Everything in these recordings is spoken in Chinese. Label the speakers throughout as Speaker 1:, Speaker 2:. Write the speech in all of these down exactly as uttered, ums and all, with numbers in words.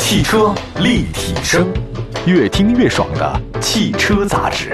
Speaker 1: 汽车立体声，越听越爽的汽车杂志。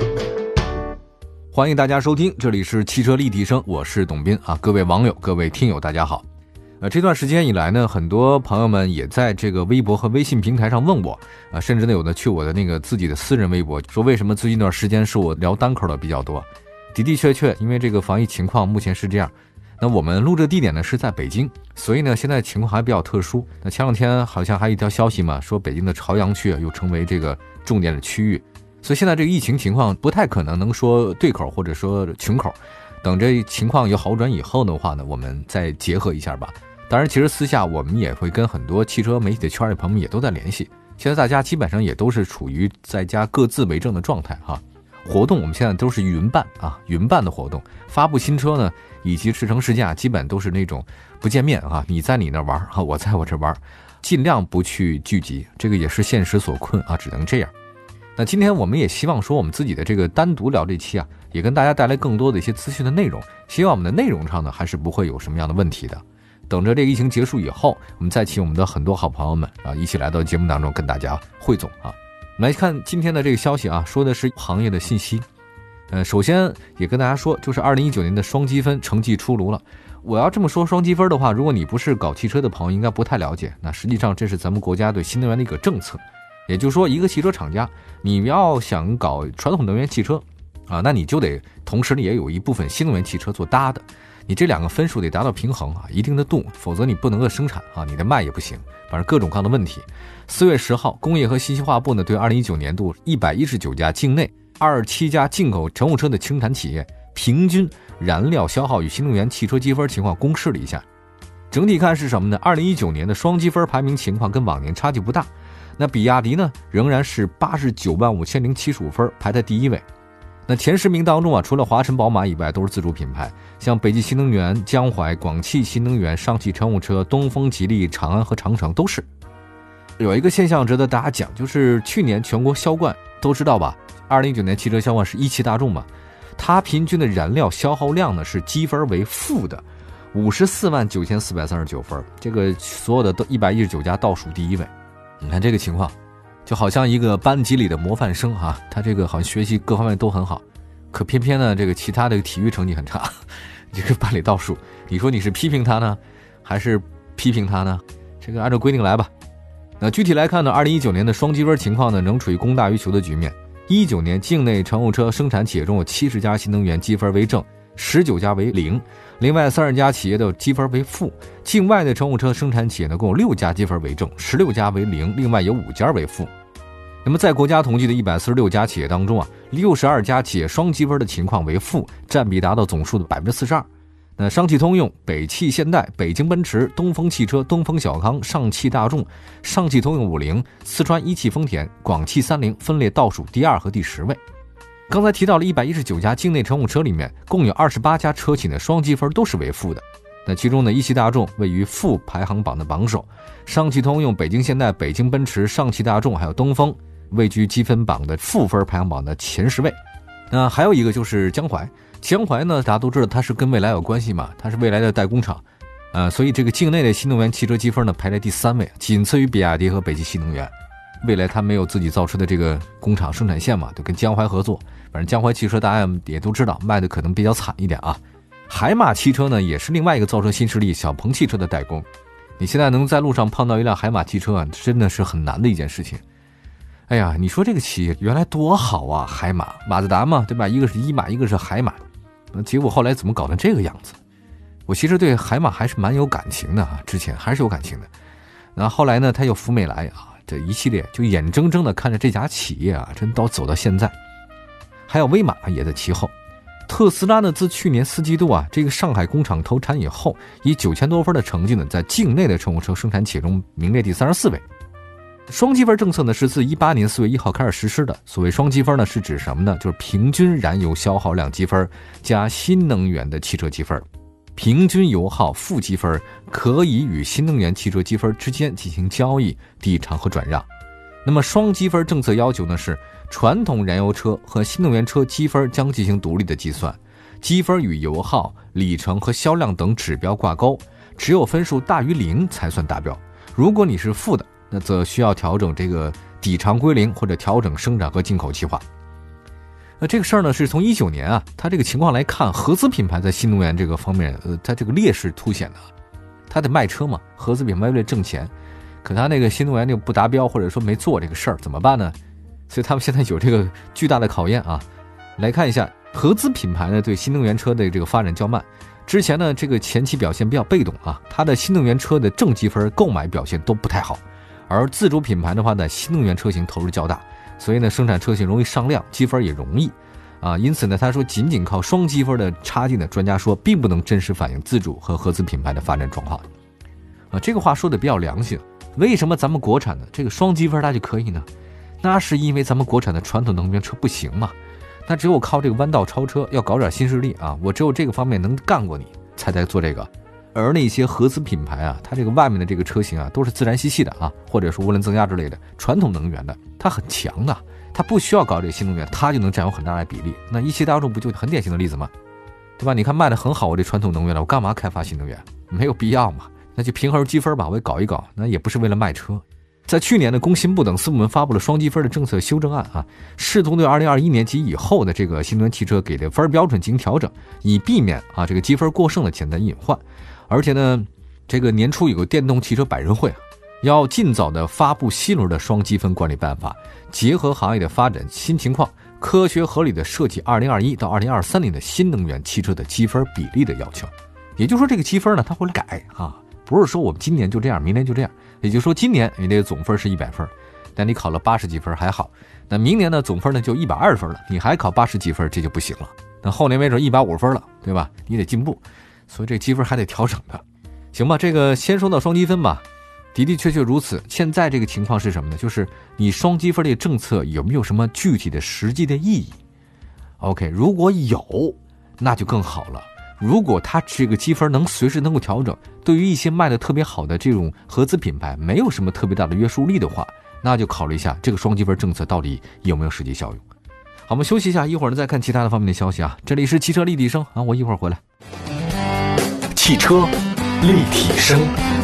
Speaker 2: 欢迎大家收听，这里是汽车立体声，我是董斌啊，各位网友、各位听友，大家好。呃，这段时间以来呢，很多朋友们也在这个微博和微信平台上问我啊，甚至呢有的去我的那个自己的私人微博，说为什么最近一段时间是我聊单口的比较多？的的确确，因为这个防疫情况目前是这样。那我们录制地点呢是在北京，所以呢现在情况还比较特殊。那前两天好像还有一条消息嘛，说北京的朝阳区啊又成为这个重点的区域，所以现在这个疫情情况不太可能能说对口或者说群口。等这情况有好转以后的话呢，我们再结合一下吧。当然，其实私下我们也会跟很多汽车媒体的圈里朋友们也都在联系。现在大家基本上也都是处于在家各自为政的状态哈。活动我们现在都是云办啊，云办的活动，发布新车呢，以及试乘试驾，基本都是那种不见面啊，你在你那玩啊，我在我这玩，尽量不去聚集，这个也是现实所困啊，只能这样。那今天我们也希望说，我们自己的这个单独聊这期啊，也跟大家带来更多的一些资讯的内容，希望我们的内容上呢，还是不会有什么样的问题的。等着这个疫情结束以后，我们再请我们的很多好朋友们啊，一起来到节目当中跟大家汇总啊。我们来看今天的这个消息啊，说的是行业的信息。呃，首先也跟大家说，就是二零一九年的双积分成绩出炉了。我要这么说双积分的话，如果你不是搞汽车的朋友，应该不太了解。那实际上这是咱们国家对新能源的一个政策，也就是说，一个汽车厂家，你要想搞传统能源汽车啊，那你就得同时也有一部分新能源汽车做搭的。你这两个分数得达到平衡啊，一定的度，否则你不能够生产啊，你的卖也不行，反正各种各样的问题。四月十号，工业和信息化部呢对二零一九年度一百一十九家境内二十七家进口乘用车的生产企业平均燃料消耗与新能源汽车积分情况公示了一下。整体看是什么呢？二零一九年的双积分排名情况跟往年差距不大。那比亚迪呢仍然是八十九万五千零七十五分，排在第一位。那前十名当中啊，除了华晨宝马以外都是自主品牌，像北汽新能源、江淮、广汽新能源、上汽乘用车、东风吉利、长安和长城都是。有一个现象值得大家讲，就是去年全国销冠都知道吧，二零一九年汽车销冠是一汽大众嘛，它平均的燃料消耗量呢是积分为负的五十四万九千四百三十九分，这个所有的都一百一十九家倒数第一位。你看这个情况就好像一个班级里的模范生啊，他这个好像学习各方面都很好，可偏偏呢这个其他的体育成绩很差，这个班里倒数，你说你是批评他呢还是批评他呢？这个按照规定来吧。那具体来看呢，二零一九年的双积分情况呢仍处于供大于求的局面。一九年境内乘用车生产企业中有七十家新能源积分为正，十九家为零，另外三十家企业的积分为负。境外的乘用车生产企业呢共有六家积分为正，十六家为零，另外有五家为负。那么在国家统计的一百四十六家企业当中啊，六十二家企业双积分的情况为负，占比达到总数的 百分之四十二。那上汽通用、北汽现代、北京奔驰、东风汽车、东风小康、上汽大众、上汽通用五菱、四川一汽丰田、广汽三菱分列倒数第二和第十位。刚才提到了一百一十九家境内乘用车里面，共有二十八家车企的双积分都是为负的。那其中呢，一汽大众位于负排行榜的榜首，上汽通用、北京现代、北京奔驰、上汽大众还有东风位居积分榜的负分排行榜的前十位。那还有一个就是江淮，江淮呢大家都知道它是跟蔚来有关系嘛，它是蔚来的代工厂，呃，所以这个境内的新能源汽车积分呢排在第三位，仅次于比亚迪和北汽新能源。蔚来它没有自己造车的这个工厂生产线嘛，就跟江淮合作，反正江淮汽车大家也都知道卖的可能比较惨一点啊。海马汽车呢也是另外一个造车新势力小鹏汽车的代工，你现在能在路上碰到一辆海马汽车啊，真的是很难的一件事情。哎呀，你说这个企业原来多好啊，海马、马自达嘛，对吧？一个是一马，一个是海马，结果后来怎么搞成这个样子？我其实对海马还是蛮有感情的啊，之前还是有感情的。然后后来呢，他又福美来啊，这一系列就眼睁睁的看着这家企业啊，真都走到现在。还有威马也在其后。特斯拉呢，自去年四季度啊，这个上海工厂投产以后，以九千多分的成绩呢，在境内的乘用车生产企业中名列第三十四位。双积分政策呢是自一八年四月一号开始实施的。所谓双积分呢是指什么呢？就是平均燃油消耗量积分加新能源的汽车积分，平均油耗负积分可以与新能源汽车积分之间进行交易、抵偿和转让。那么双积分政策要求呢是传统燃油车和新能源车积分将进行独立的计算，积分与油耗、里程和销量等指标挂钩，只有分数大于零才算达标。如果你是负的， 那则需要调整这个底偿归零或者调整生产和进口计划。那这个事儿呢，是从一九年啊，它这个情况来看，合资品牌在新能源这个方面，呃，它这个劣势凸显的。它得卖车嘛，合资品牌为了挣钱，可它那个新能源就不达标，或者说没做这个事儿，怎么办呢？所以他们现在有这个巨大的考验啊。来看一下合资品牌呢对新能源车的这个发展较慢，之前呢这个前期表现比较被动啊，它的新能源车的正积分购买表现都不太好，而自主品牌的话呢，新能源车型投入较大，所以呢生产车型容易上量，积分也容易啊，因此呢他说仅仅靠双积分的差距呢，专家说并不能真实反映自主和合资品牌的发展状况啊。这个话说的比较良心，为什么咱们国产的这个双积分它就可以呢？那是因为咱们国产的传统能源车不行嘛，那只有靠这个弯道超车，要搞点新势力啊，我只有这个方面能干过你才在做这个。而那些合资品牌啊，它这个外面的这个车型啊都是自然吸气的啊，或者说涡轮增压之类的传统能源的，它很强啊，它不需要搞这个新能源，它就能占有很大的比例。那一汽大众不就很典型的例子吗？对吧？你看卖的很好，我这传统能源了，我干嘛开发新能源？没有必要嘛，那就平衡积分吧，我也搞一搞，那也不是为了卖车。在去年的工信部等四部门发布了双积分的政策修正案啊，试图对二零二一年及以后的这个新能源汽车给的分标准进行调整，以避免啊这个积分过剩的潜在隐患。而且呢，这个年初有个电动汽车百人会啊，要尽早的发布新轮的双积分管理办法，结合行业的发展新情况，科学合理的设计二零二一到二零二三年的新能源汽车的积分比例的要求。也就是说，这个积分呢，它会改啊，不是说我们今年就这样，明年就这样。也就是说，今年你这个总分是一百分，但你考了八十几分还好。那明年呢，总分呢就一百二十分了，你还考八十几分，这就不行了。那后年没准一百五十分了，对吧？你得进步，所以这积分还得调整的，行吧？这个先说到双积分吧，的的确确如此。现在这个情况是什么呢？就是你双积分这个政策有没有什么具体的实际的意义 ？OK， 如果有，那就更好了。如果它这个积分能随时能够调整，对于一些卖的特别好的这种合资品牌没有什么特别大的约束力的话，那就考虑一下这个双积分政策到底有没有实际效用。好，我们休息一下，一会儿呢再看其他的方面的消息啊。这里是汽车立体声啊，我一会儿回来。
Speaker 1: 汽车立体声，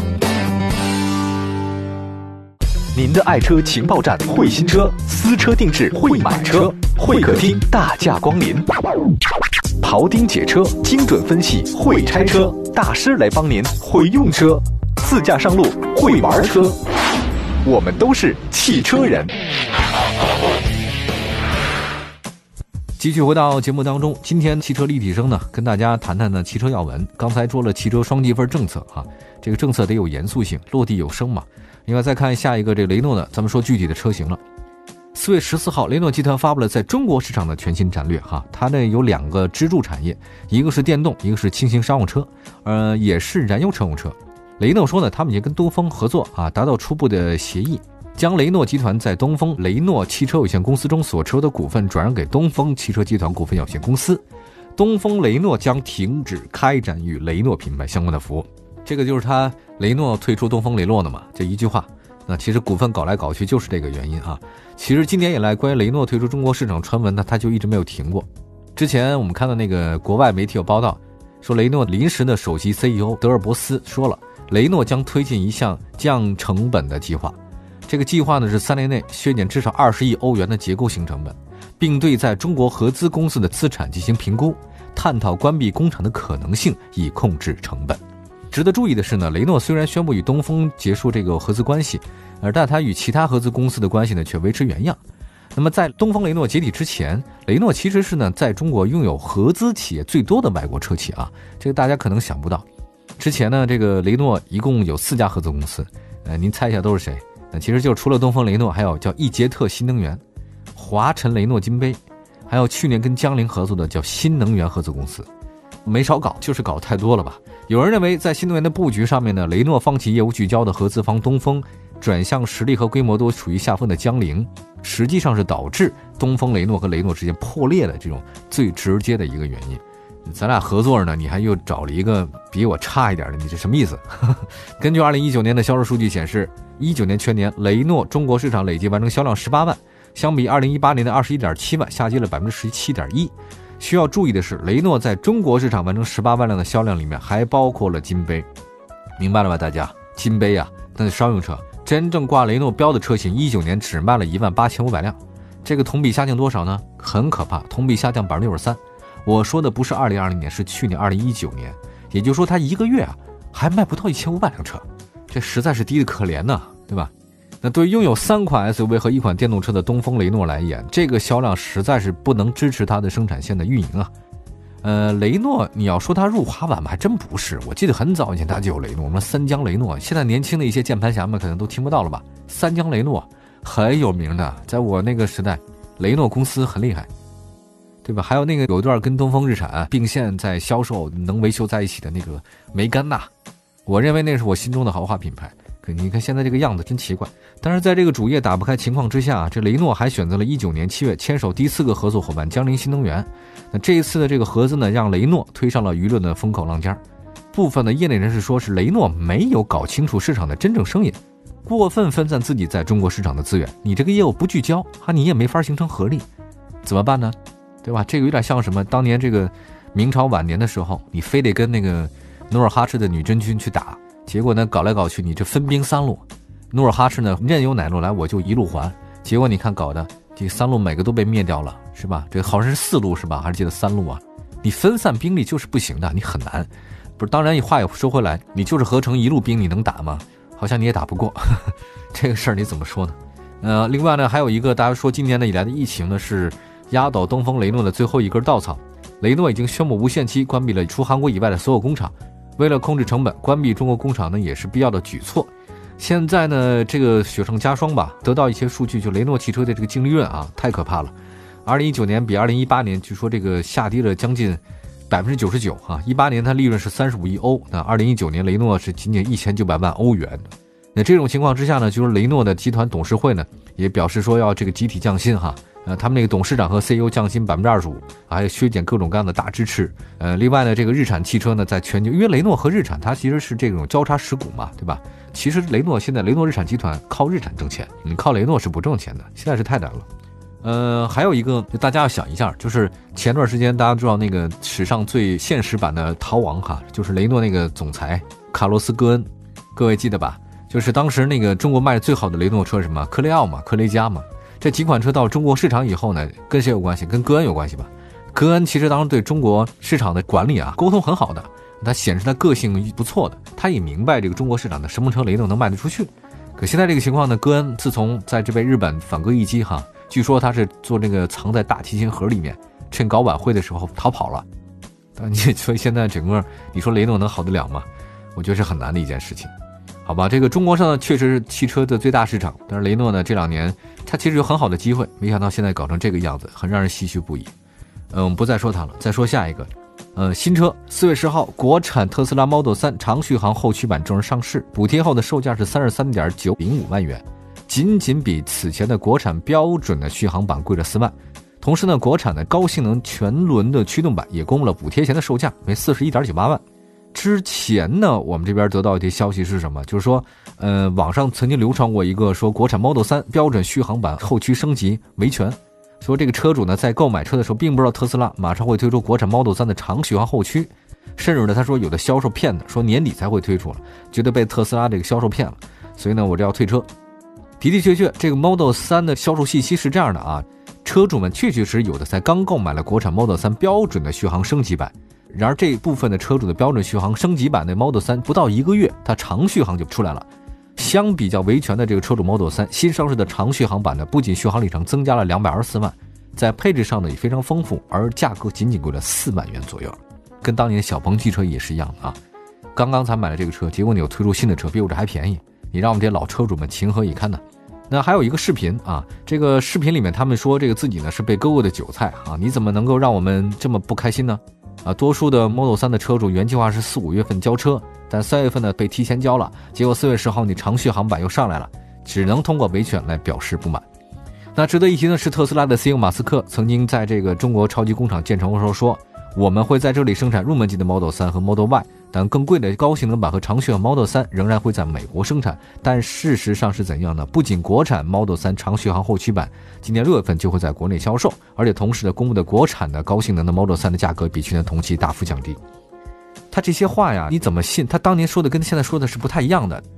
Speaker 1: 您的爱车情报站，会新车，私车定制，会买车，会客厅大驾光临。庖丁解车，精准分析，会拆车，大师来帮您会用车，自驾上路会玩车，我们都是汽车人。
Speaker 2: 继续回到节目当中，今天汽车立体声呢，跟大家谈谈呢汽车要闻。刚才说了汽车双积分政策啊，这个政策得有严肃性，落地有声嘛。另外再看下一个这个雷诺呢，咱们说具体的车型了。四月十四号，雷诺集团发布了在中国市场的全新战略哈，它呢有两个支柱产业，一个是电动，一个是轻型商用车，呃，也是燃油乘用车。雷诺说呢，他们已经跟东风合作啊，达到初步的协议，将雷诺集团在东风雷诺汽车有限公司中所持有的股份转让给东风汽车集团股份有限公司，东风雷诺将停止开展与雷诺品牌相关的服务。这个就是他雷诺退出东风雷诺的嘛，这一句话。那其实股份搞来搞去就是这个原因啊。其实今年以来，关于雷诺退出中国市场传闻呢，它就一直没有停过。之前我们看到那个国外媒体有报道说，雷诺临时的首席 C E O 德尔伯斯说了，雷诺将推进一项降成本的计划。这个计划呢是三年内削减至少二十亿欧元的结构性成本，并对在中国合资公司的资产进行评估，探讨关闭工厂的可能性，以控制成本。值得注意的是呢，雷诺虽然宣布与东风结束这个合资关系，而但它与其他合资公司的关系呢却维持原样。那么在东风雷诺解体之前，雷诺其实是呢在中国拥有合资企业最多的外国车企啊，这个大家可能想不到。之前呢，这个雷诺一共有四家合资公司，呃，您猜一下都是谁？那其实就除了东风雷诺，还有叫易捷特新能源、华晨雷诺金杯，还有去年跟江铃合作的叫新能源合资公司。没少搞，就是搞太多了吧。有人认为在新能源的布局上面呢，雷诺放弃业务聚焦的合资方东风，转向实力和规模都处于下风的江铃，实际上是导致东风雷诺和雷诺之间破裂的这种最直接的一个原因。咱俩合作呢，你还又找了一个比我差一点的，你这什么意思？根据二零一九年的销售数据显示，一九年全年雷诺中国市场累计完成销量十八万，相比二零一八年的二十一点七万，下跌了百分之十七点一。需要注意的是，雷诺在中国市场完成十八万辆的销量里面还包括了金杯，明白了吧大家？金杯啊，那是商用车， 真正挂雷诺标的车型一九年只卖了一万八千五百辆，这个同比下降多少呢？很可怕，同比下降百分之六十三。我说的不是二零二零年，是去年二零一九年，也就是说它一个月啊还卖不到一千五百辆车，这实在是低得可怜呢、啊，对吧？那对于拥有三款 S U V 和一款电动车的东风雷诺来言，这个销量实在是不能支持它的生产线的运营啊。呃，雷诺你要说它入滑板吧，还真不是。我记得很早以前它就有雷诺，我们三江雷诺，现在年轻的一些键盘侠们可能都听不到了吧？三江雷诺很有名的，在我那个时代，雷诺公司很厉害，对吧？还有那个有一段跟东风日产并线在销售能维修在一起的那个梅甘娜，我认为那是我心中的豪华品牌。可你看现在这个样子真奇怪。但是在这个主业打不开情况之下，这雷诺还选择了一九年七月牵手第四个合作伙伴江铃新能源。那这一次的这个合资呢，让雷诺推上了舆论的风口浪尖。部分的业内人士说是雷诺没有搞清楚市场的真正声音，过分分散自己在中国市场的资源，你这个业务不聚焦啊，你也没法形成合力，怎么办呢？对吧？这个有点像什么？当年这个明朝晚年的时候，你非得跟那个努尔哈赤的女真军去打，结果呢搞来搞去，你这分兵三路，努尔哈赤呢任由哪路来我就一路还，结果你看搞的这三路每个都被灭掉了，是吧？这好像是四路是吧？还是记得三路啊？你分散兵力就是不行的，你很难。不是，当然你话也说回来，你就是合成一路兵，你能打吗？好像你也打不过，这个事儿你怎么说呢？呃，另外呢，还有一个大家说今年的以来的疫情呢是压倒东风雷诺的最后一根稻草。雷诺已经宣布无限期关闭了除韩国以外的所有工厂，为了控制成本，关闭中国工厂呢也是必要的举措。现在呢，这个雪上加霜吧，得到一些数据，就雷诺汽车的这个净利润啊，太可怕了。二零一九年比二零一八年，据说这个下跌了将近百分之九十九啊。一八年它利润是三十五亿欧，那二零一九年雷诺是仅仅一千九百万欧元。那这种情况之下呢，就是雷诺的集团董事会呢也表示说要这个集体降薪哈。呃，他们那个董事长和 C E O 降薪百分之二十五，还有削减各种各样的大支持。呃，另外呢，这个日产汽车呢，在全球，因为雷诺和日产它其实是这种交叉持股嘛，对吧？其实雷诺现在雷诺日产集团靠日产挣钱，你靠雷诺是不挣钱的，现在是太难了。呃，还有一个大家要想一下，就是前段时间大家知道那个史上最现实版的逃亡哈，就是雷诺那个总裁卡洛斯·戈恩，各位记得吧？就是当时那个中国卖的最好的雷诺车是什么？科雷傲嘛，科雷嘉嘛。这几款车到中国市场以后呢，跟谁有关系？跟戈恩有关系吧？戈恩其实当时对中国市场的管理啊，沟通很好的，他显示他个性不错的，他也明白这个中国市场的什么车雷诺能卖得出去。可现在这个情况呢，戈恩自从在这被日本反戈一击哈，据说他是做这个藏在大提琴盒里面，趁搞晚会的时候逃跑了。但你所以现在整个你说雷诺能好得了吗？我觉得是很难的一件事情。好吧，这个中国上呢确实是汽车的最大市场，但是雷诺呢这两年它其实有很好的机会，没想到现在搞成这个样子，很让人唏嘘不已。嗯，我们不再说它了，再说下一个。呃，新车四月十号，国产特斯拉 Model 三长续航后驱版正式上市，补贴后的售价是三十三点九零五万元，仅仅比此前的国产标准的续航版贵了四万。同时呢，国产的高性能全轮的驱动版也公布了补贴前的售价为四十一点九八万。之前呢，我们这边得到一些消息是什么？就是说，呃，网上曾经流传过一个说国产 Model 三标准续航版后驱升级维权，说这个车主呢在购买车的时候并不知道特斯拉马上会推出国产 Model 三的长续航后驱，甚至呢他说有的销售骗的，说年底才会推出了，觉得被特斯拉这个销售骗了，所以呢我这要退车。的的确确，这个 Model 三的销售信息是这样的啊，车主们确确实有的才刚购买了国产 Model 三标准的续航升级版。然而这部分的车主的标准续航升级版的 Model 三不到一个月，它长续航就出来了。相比较维权的这个车主 Model 三，新上市的长续航版呢，不仅续航里程增加了两百二十四万，在配置上呢也非常丰富，而价格仅仅贵了四万元左右，跟当年的小鹏汽车也是一样的啊。刚刚才买了这个车，结果你又推出新的车，比我这还便宜，你让我们这些老车主们情何以堪呢？那还有一个视频啊，这个视频里面他们说这个自己呢是被割过的韭菜啊，你怎么能够让我们这么不开心呢？啊，多数的 Model 三的车主原计划是四五月份交车，但三月份呢被提前交了，结果四月十号你长续航版又上来了，只能通过维权来表示不满。那值得一提的是，特斯拉的 C E O 马斯克曾经在这个中国超级工厂建成的时候说，我们会在这里生产入门级的 Model 三和 Model Y， 但更贵的高性能版和长续航 Model 三仍然会在美国生产。但事实上是怎样呢？不仅国产 Model 三长续航后驱版今年六月份就会在国内销售，而且同时的公布的国产的高性能的 Model 三的价格比去年同期大幅降低。他这些话呀，你怎么信？他当年说的跟现在说的是不太一样的。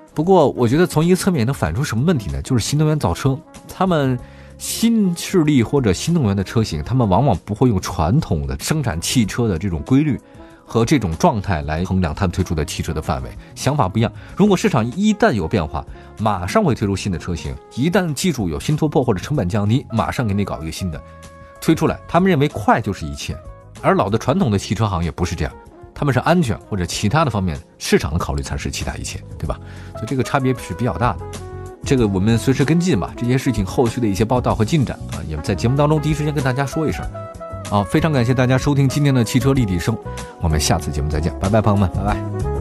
Speaker 2: 不过我觉得从一个侧面也能反映出什么问题呢？就是新能源造车，他们新势力或者新能源的车型，他们往往不会用传统的生产汽车的这种规律和这种状态来衡量他们推出的汽车的范围，想法不一样。如果市场一旦有变化，马上会推出新的车型，一旦技术有新突破或者成本降低，马上给你搞一个新的推出来。他们认为快就是一切，而老的传统的汽车行业不是这样，他们是安全或者其他的方面市场的考虑才是其他一切，对吧？所以这个差别是比较大的，这个我们随时跟进吧。这些事情后续的一些报道和进展啊，也在节目当中第一时间跟大家说一声。好，非常感谢大家收听今天的汽车立体声，我们下次节目再见，拜拜，朋友们，拜拜。